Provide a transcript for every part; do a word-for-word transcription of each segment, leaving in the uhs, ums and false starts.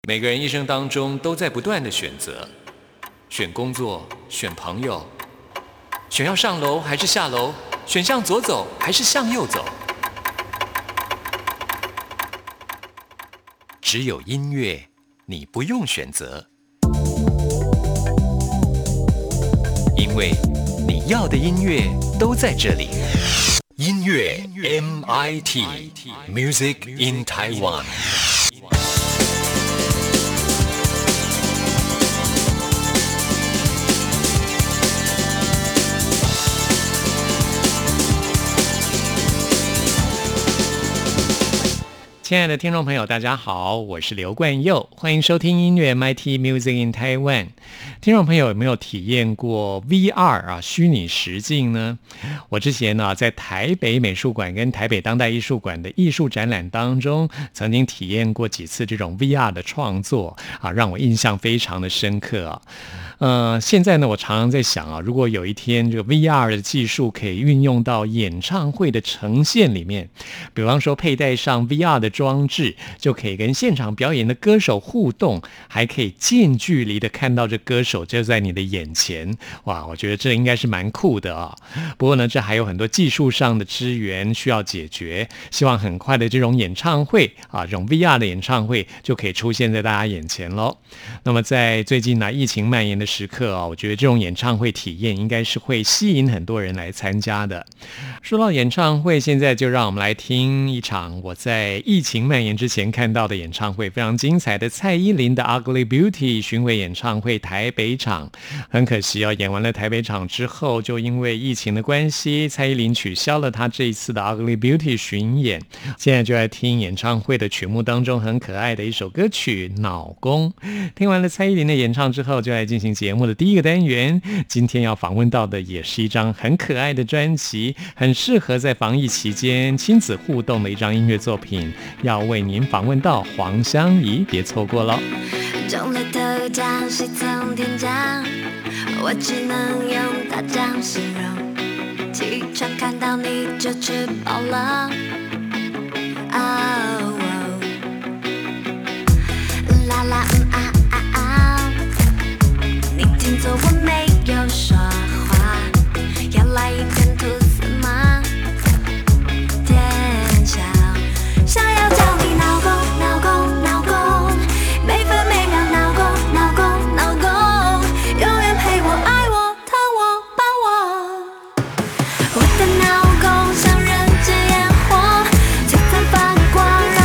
每个人一生当中都在不断的选择，选工作，选朋友，选要上楼还是下楼，选向左走还是向右走。只有音乐，你不用选择，因为你要的音乐都在这里。音乐 M I T Music in Taiwan。亲爱的听众朋友，大家好，我是刘冠佑，欢迎收听音乐 M I T Music in Taiwan。听众朋友有没有体验过 V R 啊，虚拟实境呢？我之前呢在台北美术馆跟台北当代艺术馆的艺术展览当中，曾经体验过几次这种 V R 的创作啊，让我印象非常的深刻啊。呃，现在呢，我常常在想啊，如果有一天这个 V R 的技术可以运用到演唱会的呈现里面，比方说佩戴上 V R 的装置，就可以跟现场表演的歌手互动，还可以近距离的看到这歌手就在你的眼前。哇，我觉得这应该是蛮酷的啊。不过呢，这还有很多技术上的支援需要解决，希望很快的这种演唱会啊，这种 V R 的演唱会就可以出现在大家眼前咯。那么在最近呢疫情蔓延的时刻啊，我觉得这种演唱会体验应该是会吸引很多人来参加的。说到演唱会，现在就让我们来听一场我在疫情蔓延之前看到的演唱会，非常精彩的蔡依林的 Ugly Beauty 巡回演唱会台北场。很可惜哦，演完了台北场之后，就因为疫情的关系，蔡依林取消了她这一次的 Ugly Beauty 巡演。现在就来听演唱会的曲目当中很可爱的一首歌曲《脑公》。听完了蔡依林的演唱之后，就来进行节目的第一个单元。今天要访问到的也是一张很可爱的专辑，很适合在防疫期间亲子互动的一张音乐作品，要为您访问到黄湘怡，别错过了。 中了头奖喜从天降，我只能用大奖形容，起床看到你就吃饱了。哦啦啦嗯啊啊啊，你听错我没有说话，要来一点吐司吗？天晓想要叫你脑公脑公脑公，每分每秒脑公脑公脑公，永远陪我爱我疼我抱我。我的脑公像人间烟火，璀璨发光。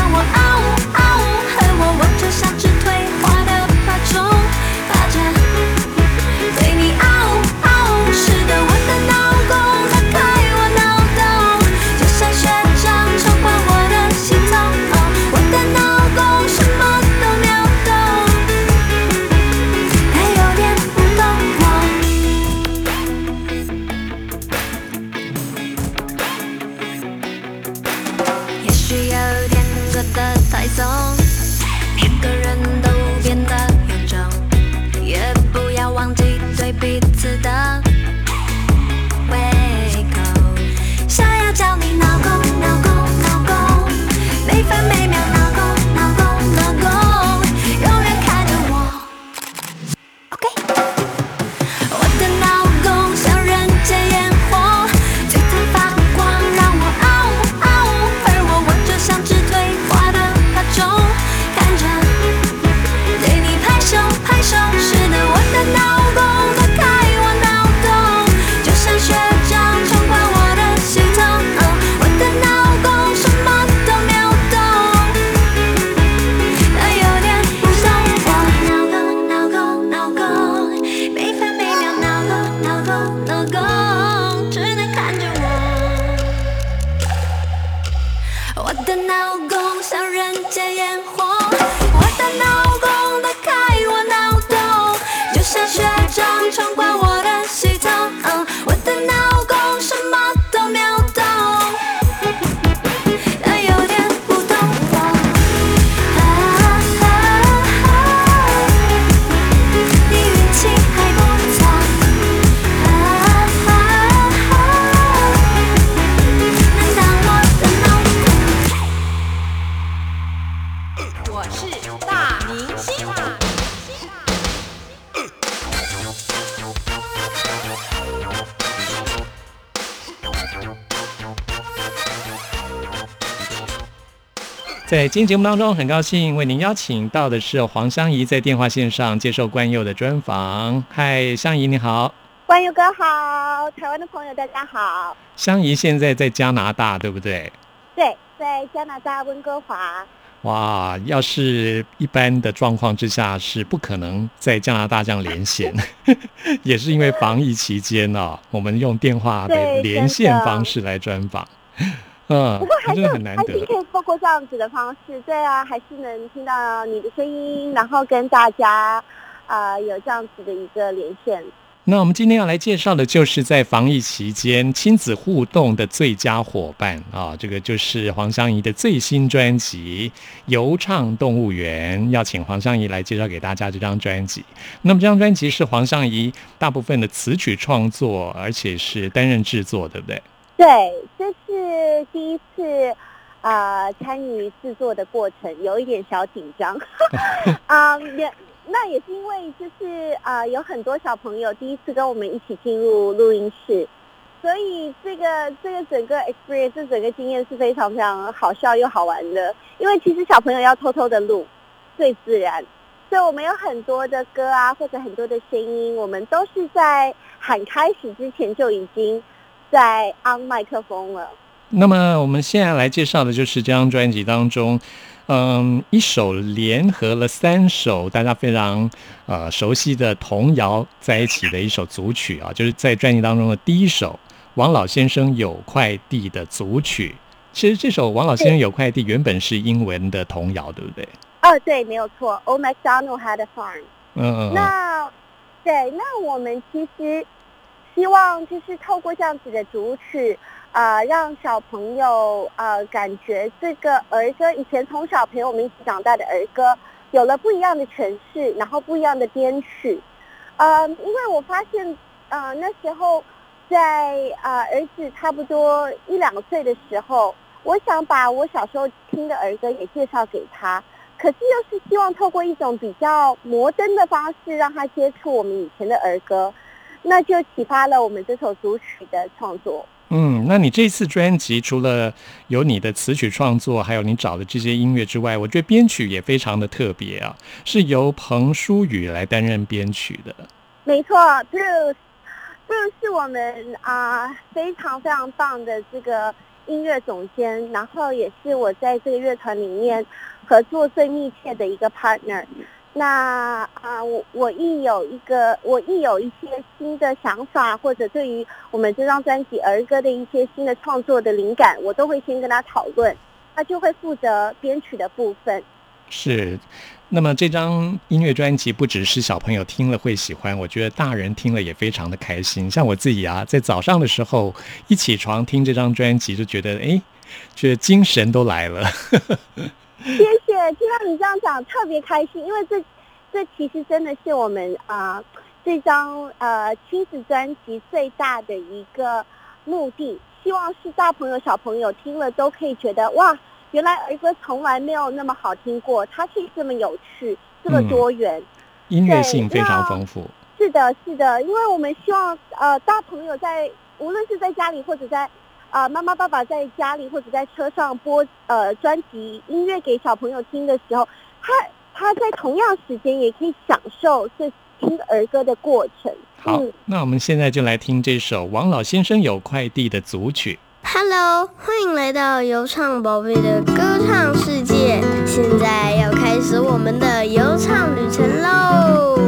在今天节目当中，很高兴为您邀请到的是黄香怡，在电话线上接受冠佑的专访。嗨，香怡你好。 冠佑哥好，台湾的朋友大家好。 香怡现在在加拿大对不对？ 对，在加拿大温哥华。 哇，要是一般的状况之下是不可能在加拿大这样连线也是因为防疫期间哦，我们用电话的连线方式来专访。嗯， 不过还是真的很难得， 还是可以透过这样子的方式，对啊，还是能听到你的声音，然后跟大家呃有这样子的一个连线。 那我们今天要来介绍的就是在防疫期间亲子互动的最佳伙伴啊，这个就是黄香怡的最新专辑《游唱动物园》，要请黄香怡来介绍给大家这张专辑。那么这张专辑是黄香怡大部分的词曲创作，而且是担任制作，对不对？ 对，这是第一次呃参与制作的过程，有一点小紧张啊、嗯，也那也是因为就是啊、呃、有很多小朋友第一次跟我们一起进入录音室，所以这个这个整个 experience 这整个经验是非常非常好笑又好玩的，因为其实小朋友要偷偷的录最自然，所以我们有很多的歌啊或者很多的声音，我们都是在喊开始之前就已经在 on 麦克风了。 那么我们现在来介绍的就是这张专辑当中嗯，一首联合了三首大家非常呃熟悉的童谣在一起的一首组曲啊，就是在专辑当中的第一首王老先生有块地的组曲。其实这首王老先生有块地原本是英文的童谣，对不对？ 哦，对，没有错。Old MacDonald had a farm。 嗯嗯。 那对，那我们其实希望就是透过这样子的组曲。呃，让小朋友呃感觉这个儿歌，以前从小陪我们一起长大的儿歌，有了不一样的诠释，然后不一样的编曲。呃，因为我发现，呃那时候在呃儿子差不多一两岁的时候，我想把我小时候听的儿歌也介绍给他，可是又是希望透过一种比较摩登的方式，让他接触我们以前的儿歌，那就启发了我们这首组曲的创作。 嗯，那你这次专辑除了有你的词曲创作，还有你找的这些音乐之外，我觉得编曲也非常的特别啊，是由彭舒宇来担任编曲的。 没错 ，Bruce，Bruce 是我们啊、呃、非常非常棒的这个音乐总监，然后也是我在这个乐团里面合作最密切的一个 partner。那啊、呃，我我一有一个，我一有一些新的想法，或者对于我们这张专辑儿歌的一些新的创作的灵感，我都会先跟他讨论，他就会负责编曲的部分。 是，那么这张音乐专辑不只是小朋友听了会喜欢，我觉得大人听了也非常的开心。像我自己啊，在早上的时候一起床听这张专辑，就觉得哎，觉得精神都来了。 谢谢，听到你这样讲特别开心，因为这这其实真的是我们啊、呃、这张呃亲子专辑最大的一个目的，希望是大朋友小朋友听了都可以觉得哇，原来儿歌从来没有那么好听过，它可以这么有趣，这么多元，嗯、 音乐性非常丰富。 是的，是的，因为我们希望呃大朋友在无论是在家里或者在啊、呃，妈妈爸爸在家里或者在车上播呃专辑音乐给小朋友听的时候，他他在同样时间也可以享受这听儿歌的过程。 好、嗯，那我们现在就来听这首王老先生有块地的组曲。 Hello， 欢迎来到游唱宝贝的歌唱世界，现在要开始我们的游唱旅程喽。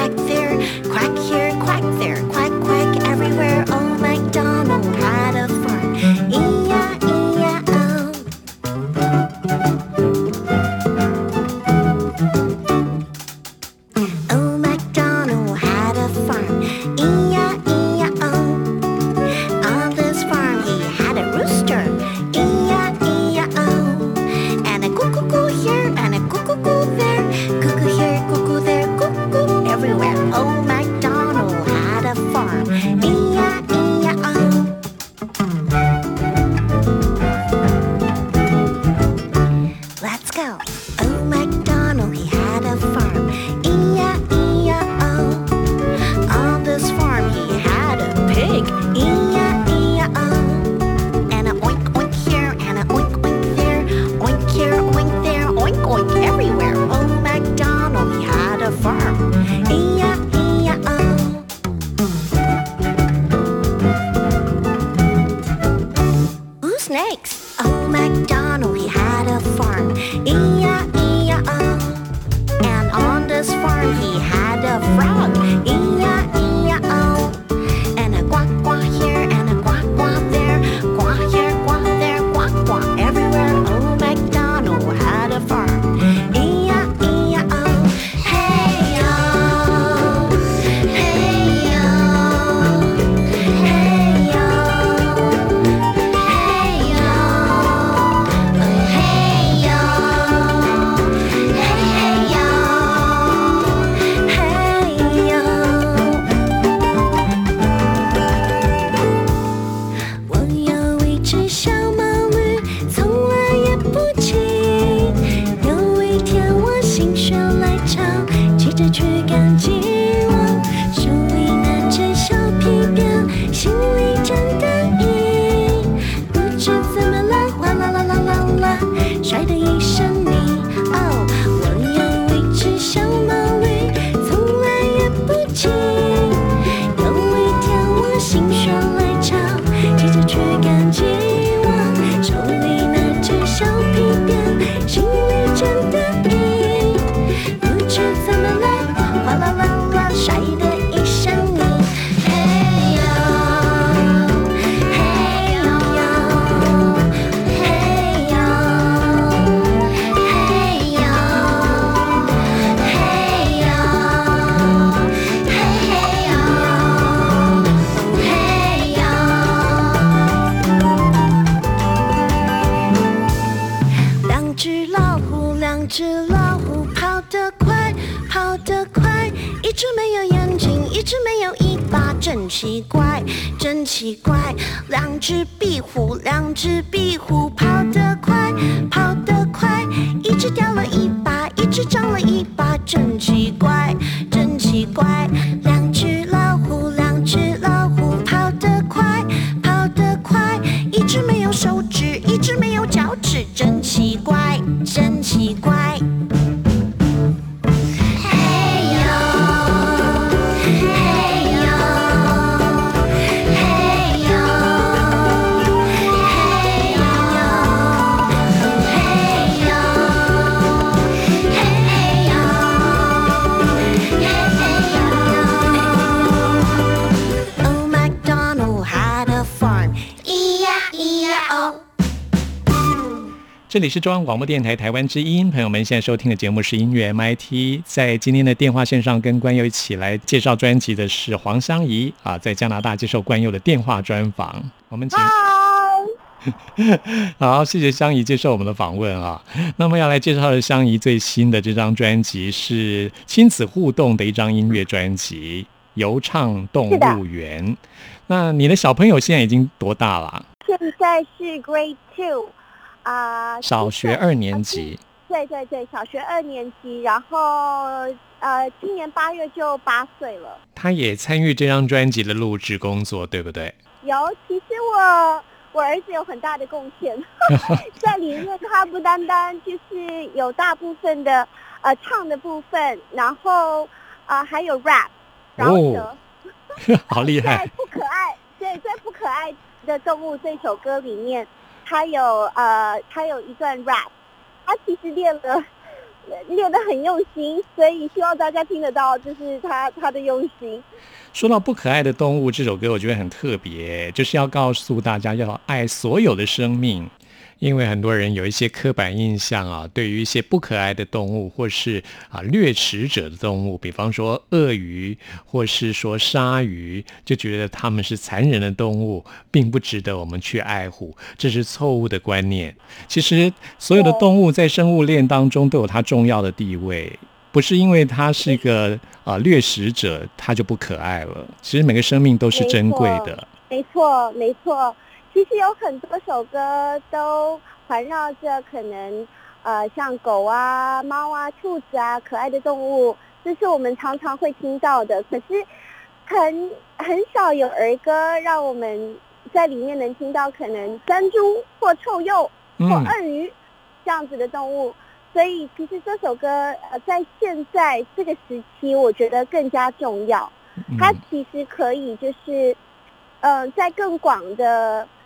Quack here, quack there, quack, quack everywhere. Oh, MacDonald had a farm. snakes. Old MacDonald, he had a farm, E I E I O. And on this farm he had a frog, E I E I O. And a quack quack here and a quack quack there, quack here, quack there, quack quack everywhere. Old MacDonald had a farm, E I E I O. Hey yo, hey yo, hey yo, hey yo, oh hey yo, hey hey yo, hey yo。我有一只小毛驴，从来也不骑。有一天我心血来潮，骑着去赶集我，手里拿着小皮鞭，心里真得意。不知怎么了，哗啦啦啦啦啦，摔得一身泥。哦，我有一只小毛驴，从来也不骑。有一天我心血来潮，骑着去赶集我，手里拿着小皮鞭，心里真得意。不知怎么了，哗啦啦啦，摔得一身泥。嘿呦，嘿呦呦，嘿呦，嘿呦，嘿呦，嘿嘿呦，嘿呦。两只老虎，两只老虎跑得快，跑得快。一只没有眼睛，一只没有尾巴，真奇怪，真奇怪。两只壁虎，两只壁虎跑得快，跑得快。一只掉了尾巴，一只长了尾巴，真奇怪，真奇怪。两只老虎，两只老虎跑得快，跑得快。一只没有手指，一只没有脚趾，真奇怪，真奇怪。嘿呦，嘿呦，嘿呦，嘿呦，嘿呦，嘿呦，嘿呦。Old MacDonald had a farm, E I E I O。 这里是中央广播电台台湾之音，朋友们现在收听的节目是音乐 M I T。在今天的电话线上跟关佑一起来介绍专辑的是黄湘怡啊，在加拿大接受关佑的电话专访。我们请好，谢谢湘怡接受我们的访问啊。那么要来介绍的湘怡最新的这张专辑是亲子互动的一张音乐专辑《游唱动物园》。那你的小朋友现在已经多大了？ 现在是 Grade Two。啊、 小学二年级。 对对对，小学二年级，然后呃，今年八月就八岁了。 他也参与这张专辑的录制工作，对不对？ 有，其实我我儿子有很大的贡献，在里面他不单单就是有大部分的呃唱的部分，然后啊、呃、还有 rap， 饶舌， 哦、好厉害！ 在不可爱，对，在不可爱的动物这首歌里面。他有呃，他有一段 rap， 他其实练了练得很用心，所以希望大家听得到，就是他他的用心。 说到不可爱的动物这首歌，我觉得很特别，就是要告诉大家要爱所有的生命。因为很多人有一些刻板印象啊，对于一些不可爱的动物或是啊掠食者的动物，比方说鳄鱼或是说鲨鱼，就觉得它们是残忍的动物，并不值得我们去爱护，这是错误的观念。其实所有的动物在生物链当中都有它重要的地位，不是因为它是一个啊掠食者它就不可爱了。其实每个生命都是珍贵的。 没错没错，其实有很多首歌都环绕着可能呃像狗啊、猫啊、兔子啊可爱的动物，这是我们常常会听到的。可是很很少有儿歌让我们在里面能听到可能山猪或臭鼬或鳄鱼这样子的动物。嗯，所以其实这首歌呃在现在这个时期我觉得更加重要。它其实可以就是呃在更广的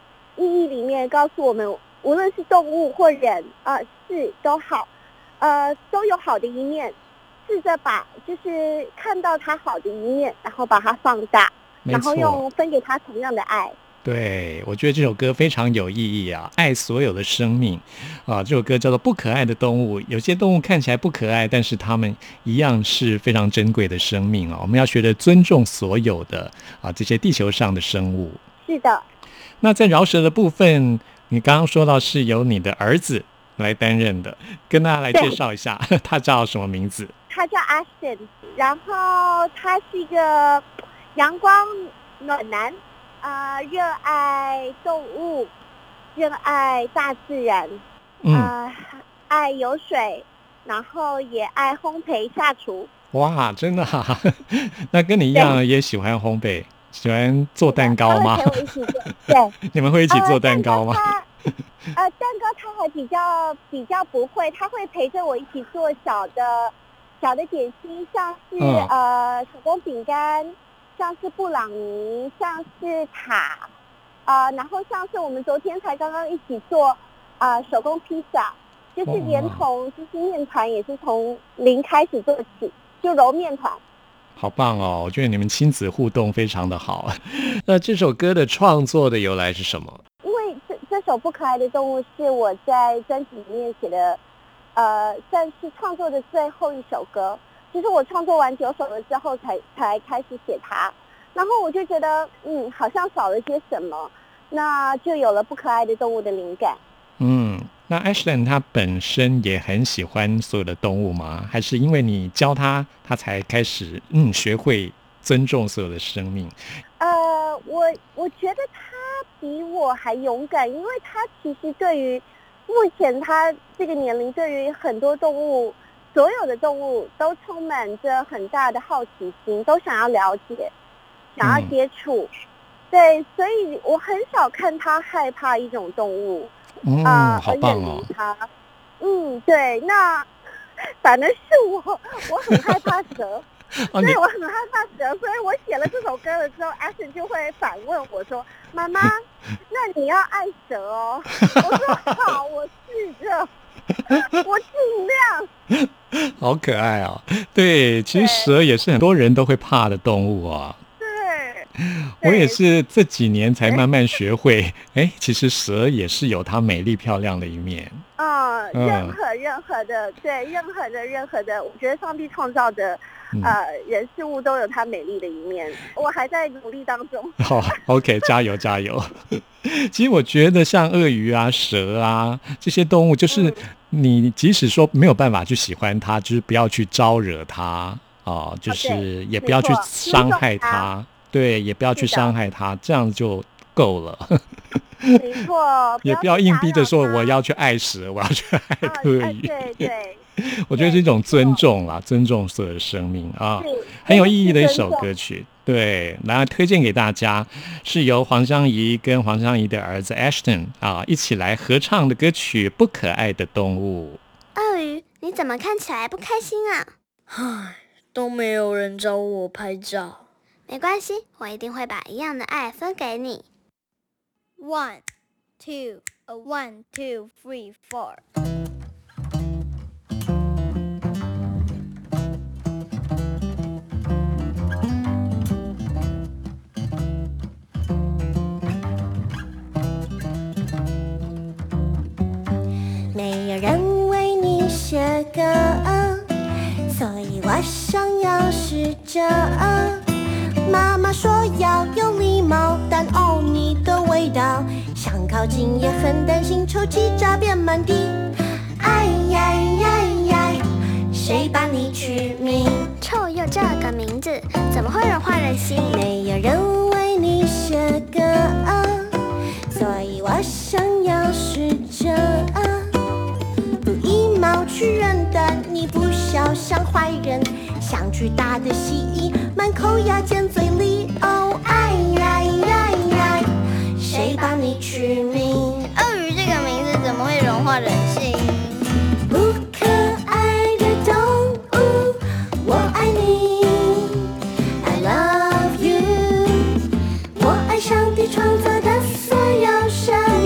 意义里面告诉我们，无论是动物或人啊、呃，事都好，呃，都有好的一面。试着把就是看到它好的一面，然后把它放大，然后用分给它同样的爱。 对，我觉得这首歌非常有意义啊，爱所有的生命啊。这首歌叫做《不可爱的动物》，有些动物看起来不可爱，但是它们一样是非常珍贵的生命啊。我们要学着尊重所有的啊这些地球上的生物。 是的。那在饶舌的部分，你刚刚说到是由你的儿子来担任的，跟大家来介绍一下，他叫什么名字？ 他叫 Ashton， 然后他是一个阳光暖男，啊、呃，热爱动物，热爱大自然， 嗯、 呃，爱游水，然后也爱烘焙下厨。 哇，真的啊！那跟你一样也喜欢烘焙，喜欢做蛋糕吗？ 他会陪我一起做，对， 你们会一起做蛋糕吗？ 呃，呃蛋糕他还比较比较不会，他会陪着我一起做小的。小的点心，像是、嗯、呃手工饼干，像是布朗尼，像是塔，呃，然后像是我们昨天才刚刚一起做呃手工披萨，就是连同就是面团也是从零开始做起，就揉面团。 好棒哦！我觉得你们亲子互动非常的好。那这首歌的创作的由来是什么？ 因为这这首《不可爱的动物》是我在专辑里面写的。呃，算是创作的最后一首歌。其实我创作完九首了之后才，才才开始写它。然后我就觉得，嗯，好像少了些什么，那就有了不可爱的动物的灵感。 嗯，那 Ashton 他本身也很喜欢所有的动物吗？还是因为你教他，他才开始嗯学会尊重所有的生命？ 呃，我我觉得他比我还勇敢，因为他其实对于目前他这个年龄，对于很多动物，所有的动物都充满着很大的好奇心，都想要了解，想要接触。嗯、对，所以我很少看他害怕一种动物， 嗯，呃、好棒哦。 他，嗯，对，那反而是我，我很害怕蛇。所以我很害怕蛇，所以我写了这首歌了之后 Ashton 就会反问我说：“妈妈，那你要爱蛇哦。”我说：“好，我试着，我尽量。” 好可爱啊！对，其实蛇也是很多人都会怕的动物啊。 对， 我也是这几年才慢慢学会，哎，其实蛇也是有它美丽漂亮的一面。 嗯，任何任何的，对，任何的任何的，我觉得上帝创造的。呃，人事物都有它美丽的一面，我还在努力当中。 好、oh, ，OK， 加油加油！其实我觉得像鳄鱼啊、蛇啊这些动物，就是你即使说没有办法去喜欢它，就是不要去招惹它啊、呃，就是也不要去伤害它，对，也不要去伤害它，这样就够了。 没错， 也不要硬逼着说我要去爱蛇，我要去爱鳄鱼。 啊、对对。 我觉得是一种尊重啦，尊重所有的生命啊，很有意义的一首歌曲。对，来推荐给大家，是由黄湘怡跟黄湘怡的儿子 Ashton 啊一起来合唱的歌曲《不可爱的动物》。 鳄鱼，你怎么看起来不开心啊？ 唉，都没有人找我拍照。 没关系，我一定会把一样的爱分给你。 One, two, a one, two, three, four. 没有人为你写歌，所以我想要试着。妈妈说要有礼貌，但哦，你的味道想靠近也很担心，臭气炸遍满地。哎呀呀呀，谁把你取名？ 臭鼬这个名字怎么会融化人心？ 没有人为你写歌，所以我想要试着。不礼貌去认得你，不笑像坏人，想去大的蜥蜴，满口牙尖嘴利。哦，哎呀呀呀，谁帮你取名？ 鳄鱼这个名字怎么会融化人心？ 不可爱的动物，我爱你 ，I love you， 我爱上帝创造的所有生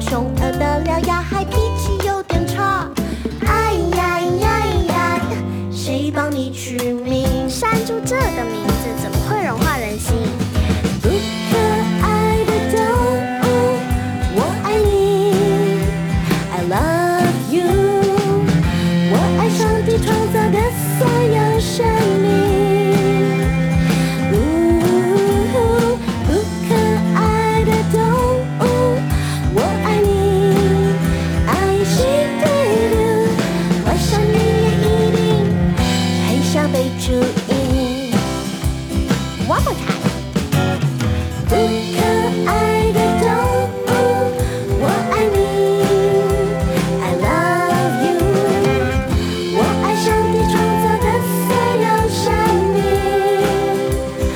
凶恶的獠牙，还脾气有点差。哎呀呀呀，谁帮你取名？ 山猪这个名字怎么会融化人心？ 不可爱的动物，我爱你 I love you， 我爱上帝创造的所有生命。不可爱的动物，我爱你 I see you， 我想你也一定很想被注意。One more time。不可爱的动物，我爱你 I love you， 我爱上帝创造的所有生命。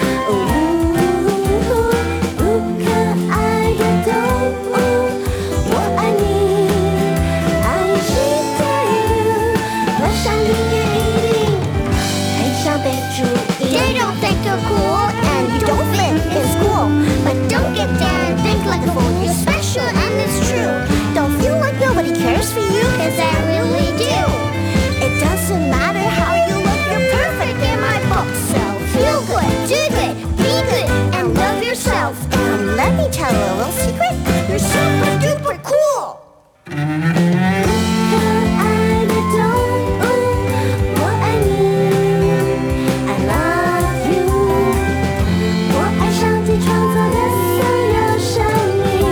不可爱的动物，我爱你 I see you， 我想你也一定很想被注意。 They don't think you're cool and you don't fit in school, but don't get there and think like a fool. You're special and it's true. Don't feel like nobody cares for you, cause I really do. It doesn't matter how you look, you're perfect in my book. So Feel good, do good, be good, and love yourself. um, let me tell you a little secret. You're super duper cool. 可爱的动物，我爱你 I love you， 我爱上帝创造的所有生命。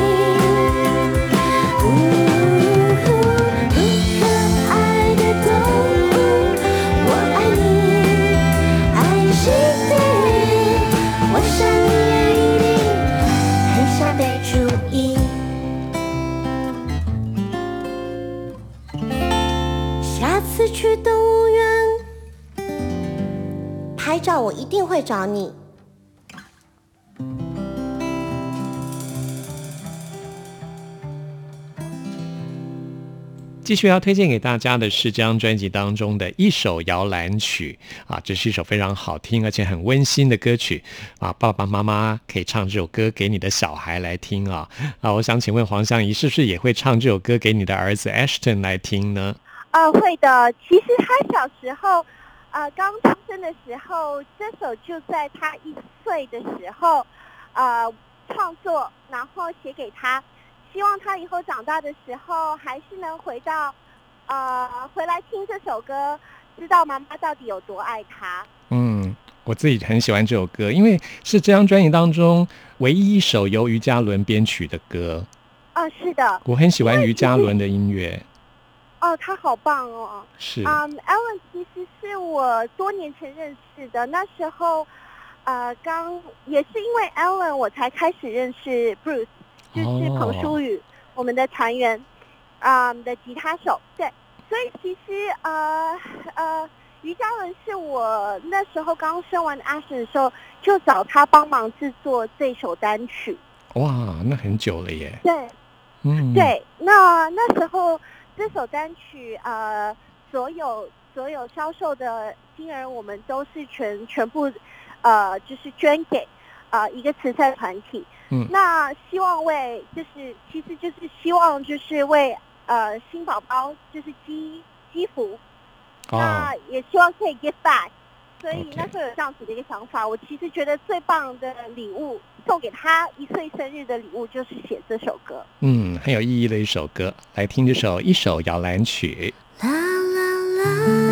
不可爱的动物，我爱你 I see you， 我想你也一定很想被注意。下次去动物园拍照，我一定会找你。 继续要推荐给大家的是这张专辑当中的一首摇篮曲啊，这是一首非常好听而且很温馨的歌曲啊，爸爸妈妈可以唱这首歌给你的小孩来听啊啊！我想请问黄湘怡是不是也会唱这首歌给你的儿子 Ashton 来听呢？ 呃，会的。其实他小时候，呃，刚出生的时候，这首就在他一岁的时候，呃，创作，然后写给他。希望他以后长大的时候，还是能回到，呃，回来听这首歌，知道妈妈到底有多爱他。 嗯，我自己很喜欢这首歌，因为是这张专辑当中唯一一首由于嘉伦编曲的歌。 啊、是的。 我很喜欢于嘉伦的音乐。 哦，他好棒哦。 是。 嗯 ，Alan 其实是我多年前认识的，那时候，呃，刚也是因为 Alan 我才开始认识 Bruce。就是彭淑宇，我们的团员，啊、嗯、的吉他手，对，所以其实呃呃，于嘉伦是我那时候刚生完 Ashton 的时候，就找他帮忙制作这首单曲。 哇，那很久了耶。 对， 嗯， 对，那那时候这首单曲，呃，所有所有销售的金额，我们都是全全部，呃，就是捐给呃一个慈善团体。 嗯， 那希望为就是其实就是希望就是为呃新宝宝就是积积福， 哦， 那也希望可以 give back， 所以 OK 那时候有这样子的一个想法。我其实觉得最棒的礼物送给他一岁生日的礼物就是写这首歌。 嗯，很有意义的一首歌，来听这首一首摇篮曲。 啦啦啦。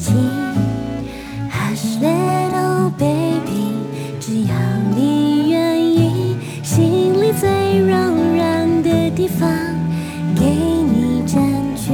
情。Hush little baby， 只要你愿意，心里最柔软的地方给你占据。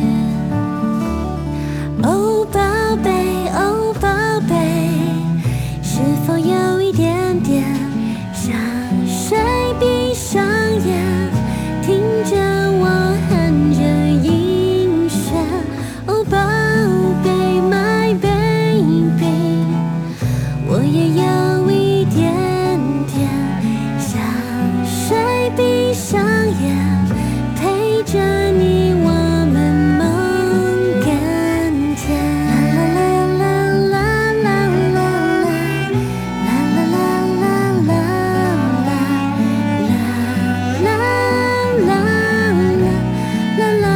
哦，宝贝，哦，宝贝，是否有一点点想睡？闭上眼，听着我哼着音乐。哦，宝贝 ，My baby， 我也有一点点想睡。闭上眼，陪着你，我们梦更甜。啦啦啦啦啦啦啦啦啦啦啦啦啦啦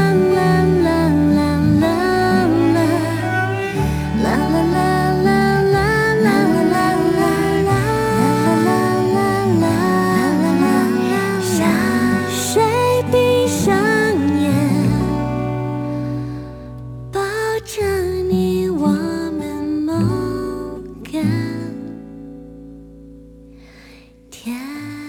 想睡，闭上眼，抱着你，我们梦更甜。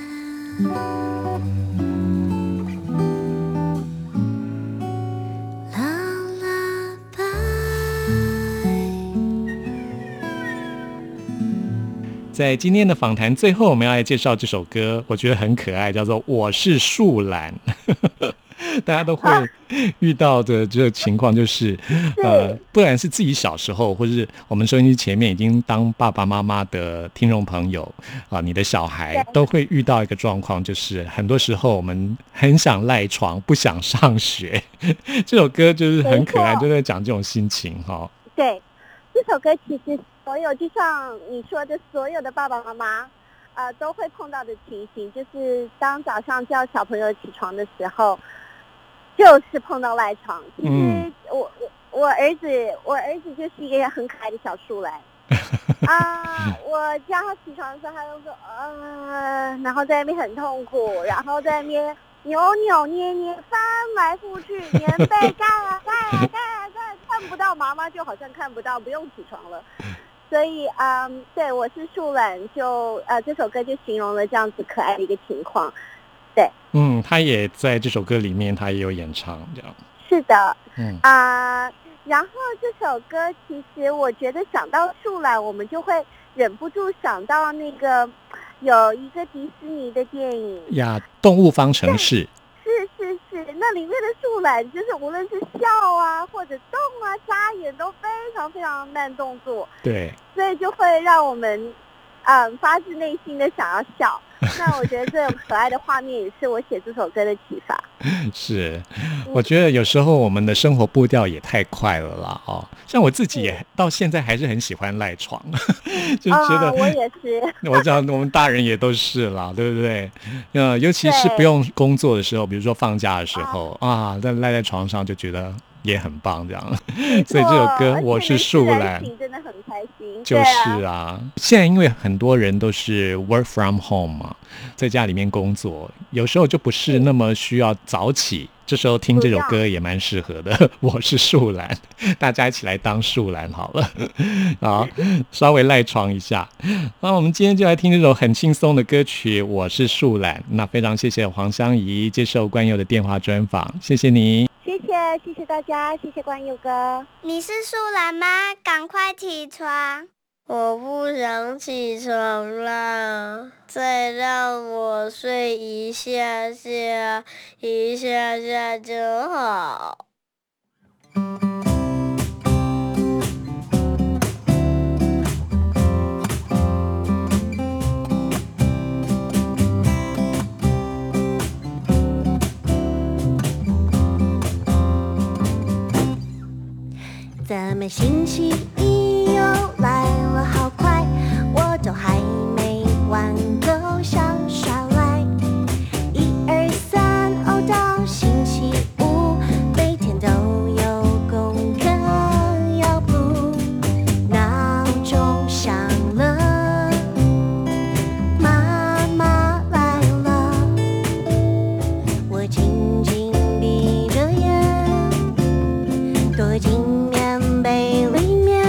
在今天的访谈最后，我们要来介绍这首歌，我觉得很可爱，叫做《我是树懒》。大家都会遇到的这个情况，就是呃，不管是自己小时候，或者是我们收音机前面已经当爸爸妈妈的听众朋友啊、呃，你的小孩都会遇到一个状况，就是很多时候我们很想赖床，不想上学。这首歌就是很可爱，就在讲这种心情哈、哦。 对，这首歌其实所有就像你说的，所有的爸爸妈妈呃都会碰到的情形，就是当早上叫小朋友起床的时候，就是碰到赖床。其实我我我儿子我儿子就是一个很可爱的小树懒啊、我叫他起床的时候，他就说呃，然后在那边很痛苦，然后在那边扭扭捏捏翻来覆去，棉被盖啊盖啊盖啊盖啊，看不到妈妈就好像看不到，不用起床了。所以嗯，对，我是树懒，就呃这首歌就形容了这样子可爱的一个情况。对， 嗯，他也在这首歌里面，他也有演唱这样。 是的， 嗯啊、呃，然后这首歌其实我觉得想到树懒，我们就会忍不住想到那个有一个迪士尼的电影呀，动物方程式。 是是是，那里面的树懒就是无论是笑啊或者动啊眨眼都非常非常慢动作， 对， 所以就会让我们嗯发自内心的想要笑。那我觉得这种可爱的画面也是我写这首歌的启发。 是，我觉得有时候我们的生活步调也太快了啦哦，像我自己也到现在还是很喜欢赖床，就觉得、 哦、我也是， 我知道我们大人也都是啦，对不对？呃，尤其是不用工作的时候，比如说放假的时候啊，在赖在床上就觉得也很棒，这样。所以这首歌《我是树懒》 真的很开心。 就是啊，啊现在因为很多人都是 work from home 嘛，在家里面工作，有时候就不是那么需要早起。这时候听这首歌也蛮适合的。我是树懒，大家一起来当树懒好了。好，稍微赖床一下。那我们今天就来听这首很轻松的歌曲《我是树懒》。那非常谢谢黄香怡接受冠佑的电话专访，谢谢你。 谢谢谢谢大家，谢谢冠佑哥。 你是树懒吗？赶快起床！ 我不想起床啦，再让我睡一下下，一下下就好。 怎么星期一又来了，好快，我都还没玩够，想耍赖。一二三，哦，到星期五，每天都有功课要补。闹钟响了，妈妈来了，我紧紧闭着眼，躲进被里面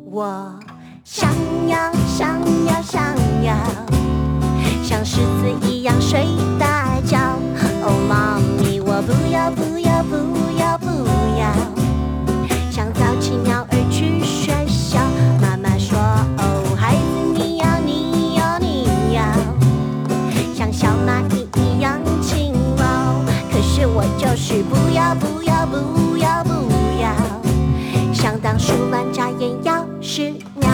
我想要想要想要像狮子一样睡大觉。哦，妈咪，我不要不要不要不要像早起鸟儿去学校。妈妈说，哦，孩子你要你要你要像小蚂蚁一样勤劳。可是我就是不要不要不要不要想当树懒眨眼要十秒。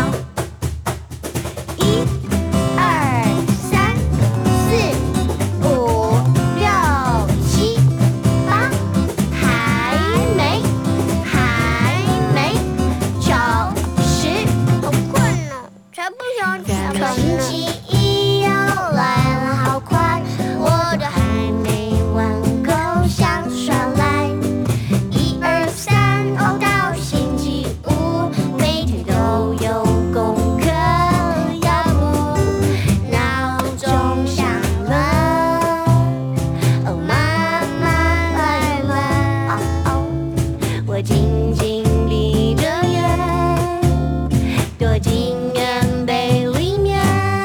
一二三四五六七八，还没还没九十。 好困哦，才不想起怎么床星呢。 期一要来了，好快，我都还没玩够，想耍赖。一二三，哦，到星期五，每天都有功课，要不闹钟响了，哦，妈妈来了，哦哦，我紧紧闭着眼，躲进棉被里面。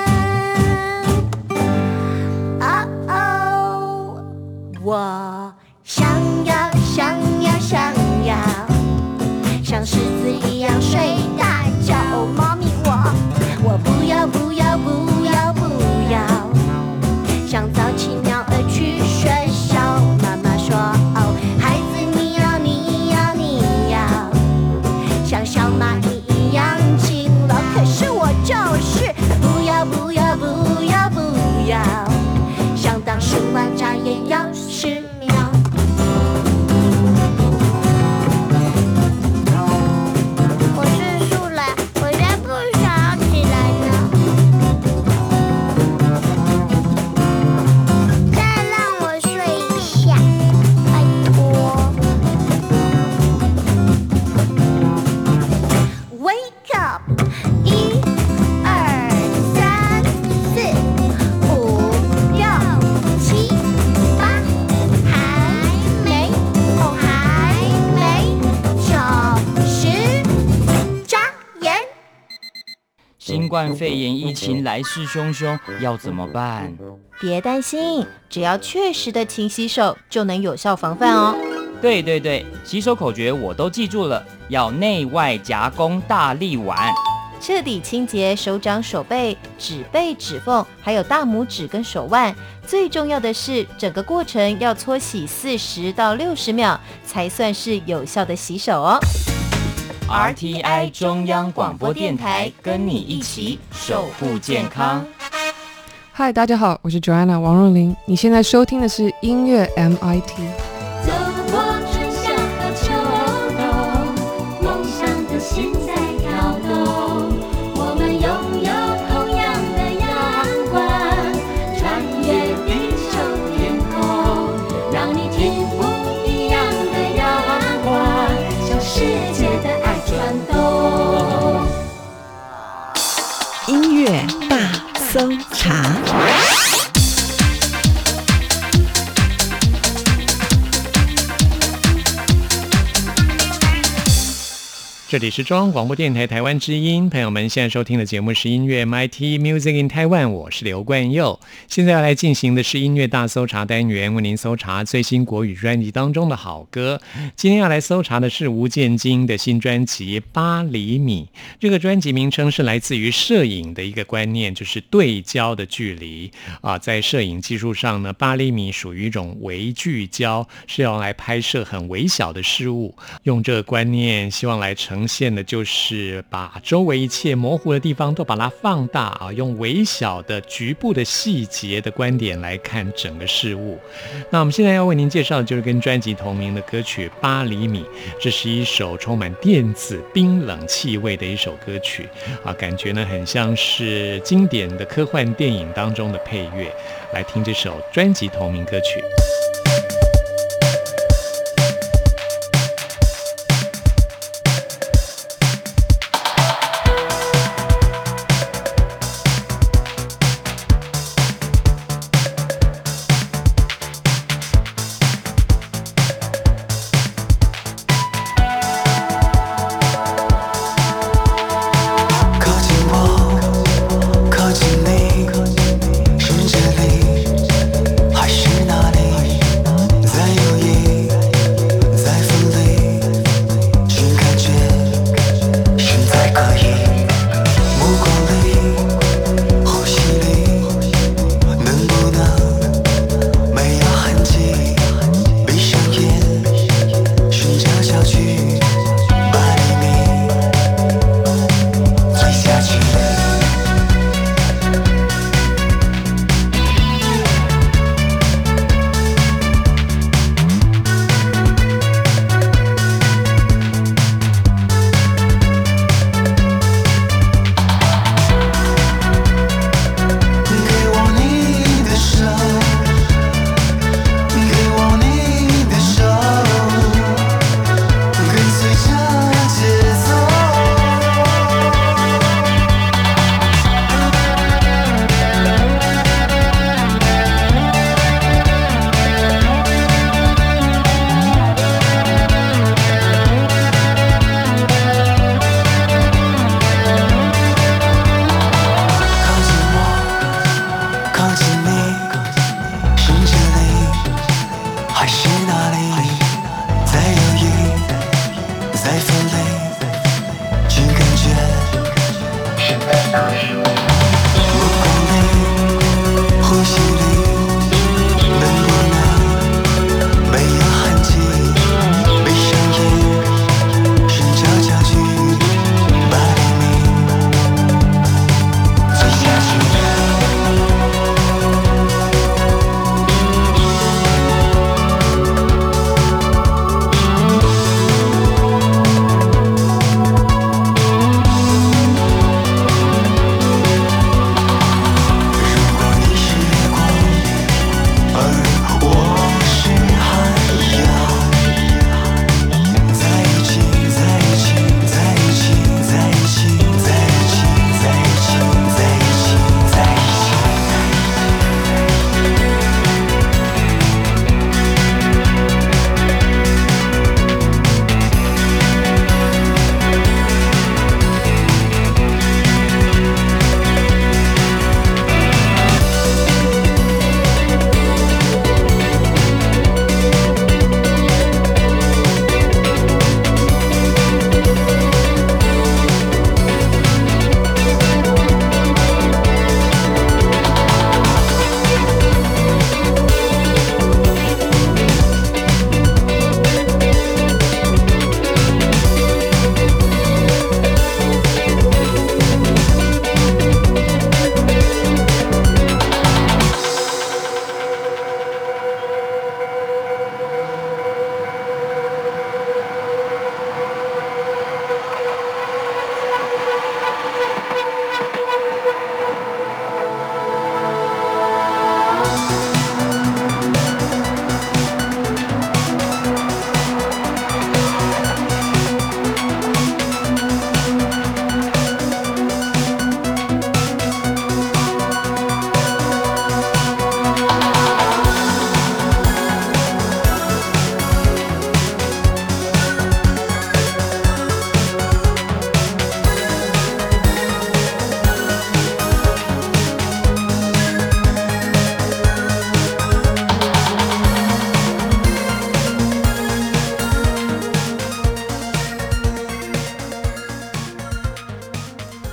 哦哦，我想要想要想要像狮子一样睡大觉。哦，妈咪，我我不要不要不要不要像早起鸟儿去学校。妈妈说，哦，孩子你要你要你要像小蚂蚁一样勤劳。可是我就是不要不要不要不要想当树懒眨眼要十秒。 我是树懒，我才不想要起来呢。再让我睡一下，拜托。 Wake up！ 一、二、三、四、五、六、七、八，还没，哦，还没，九十，眨眼。 新冠肺炎疫情来势汹汹，要怎么办？ 别担心，只要确实的勤洗手，就能有效防范哦。 对对对，洗手口诀我都记住了，要内外夹攻大力丸。 彻底清洁手掌、手背、指背、指缝，还有大拇指跟手腕。最重要的是，整个过程要搓洗四十到六十秒，才算是有效的洗手哦。 R T I 中央广播电台，跟你一起守护健康。 嗨，大家好，我是 Joanna 王若琳，你现在收听的是音乐 M I T。 走过春夏和秋冬，梦想的心在跳动。我们拥有同样的阳光，穿越地球天空，让你听不一样的阳光，向世界的爱转动。 音乐大搜查。 这里是中央广播电台台湾之音，朋友们现在收听的节目是音乐 M I T Music in Taiwan， 我是刘冠佑。现在要来进行的是音乐大搜查单元，为您搜查最新国语专辑当中的好歌。今天要来搜查的是吴建京的新专辑《八厘米》。这个专辑名称是来自于摄影的一个观念，就是对焦的距离啊。在摄影技术上呢，八厘米属于一种微聚焦，是要来拍摄很微小的事物。用这个观念，希望来呈现的就是把周围一切模糊的地方都把它放大啊，用微小的局部的细节的观点来看整个事物。那我们现在要为您介绍的就是跟专辑同名的歌曲《八厘米》，这是一首充满电子冰冷气味的一首歌曲啊，感觉呢很像是经典的科幻电影当中的配乐。来听这首专辑同名歌曲。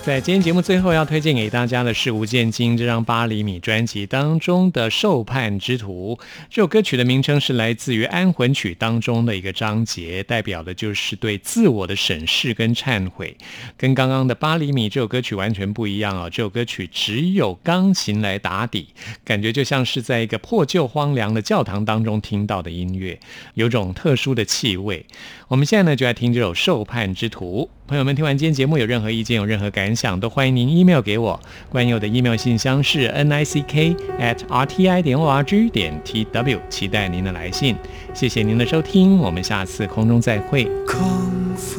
在今天节目最后要推荐给大家的是吴建金这张八厘米专辑当中的《受判之徒》。这首歌曲的名称是来自于安魂曲当中的一个章节，代表的就是对自我的审视跟忏悔。跟刚刚的八厘米这首歌曲完全不一样哦，这首歌曲只有钢琴来打底，感觉就像是在一个破旧荒凉的教堂当中听到的音乐，有种特殊的气味。我们现在呢就来听这首《受判之徒》。朋友们听完今天节目有任何意见有任何感想，都欢迎您 email 给我。关于我的 email 信箱是 n i c k at r t i 点 o r g 点 t w， 期待您的来信。谢谢您的收听，我们下次空中再会。 空腹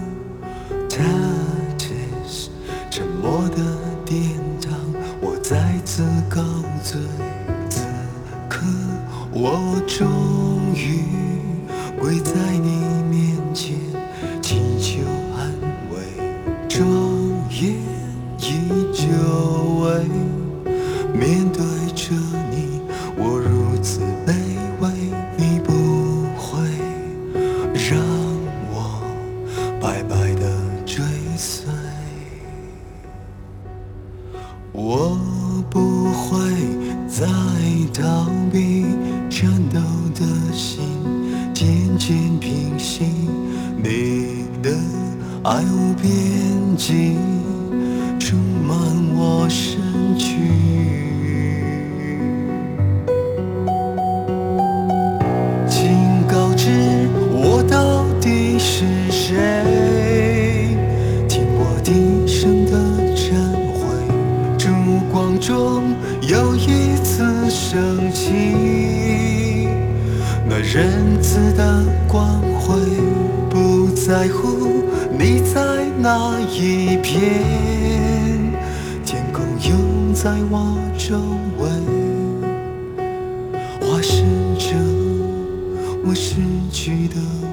Tatis 沉默的殿堂，我再次高醉，此刻我终于跪在你面前，祈求安慰，庄严依旧为面对着你，我如此卑微，你不会让我白白的追随，我不会再逃避，颤抖的心渐渐平息，你的爱无边际，充满我身躯。请告知我到底是谁，听我低声的忏悔，烛光中又一次升起那仁慈的光辉，不在乎你在哪一边，天空拥在我周围，化身着我失去的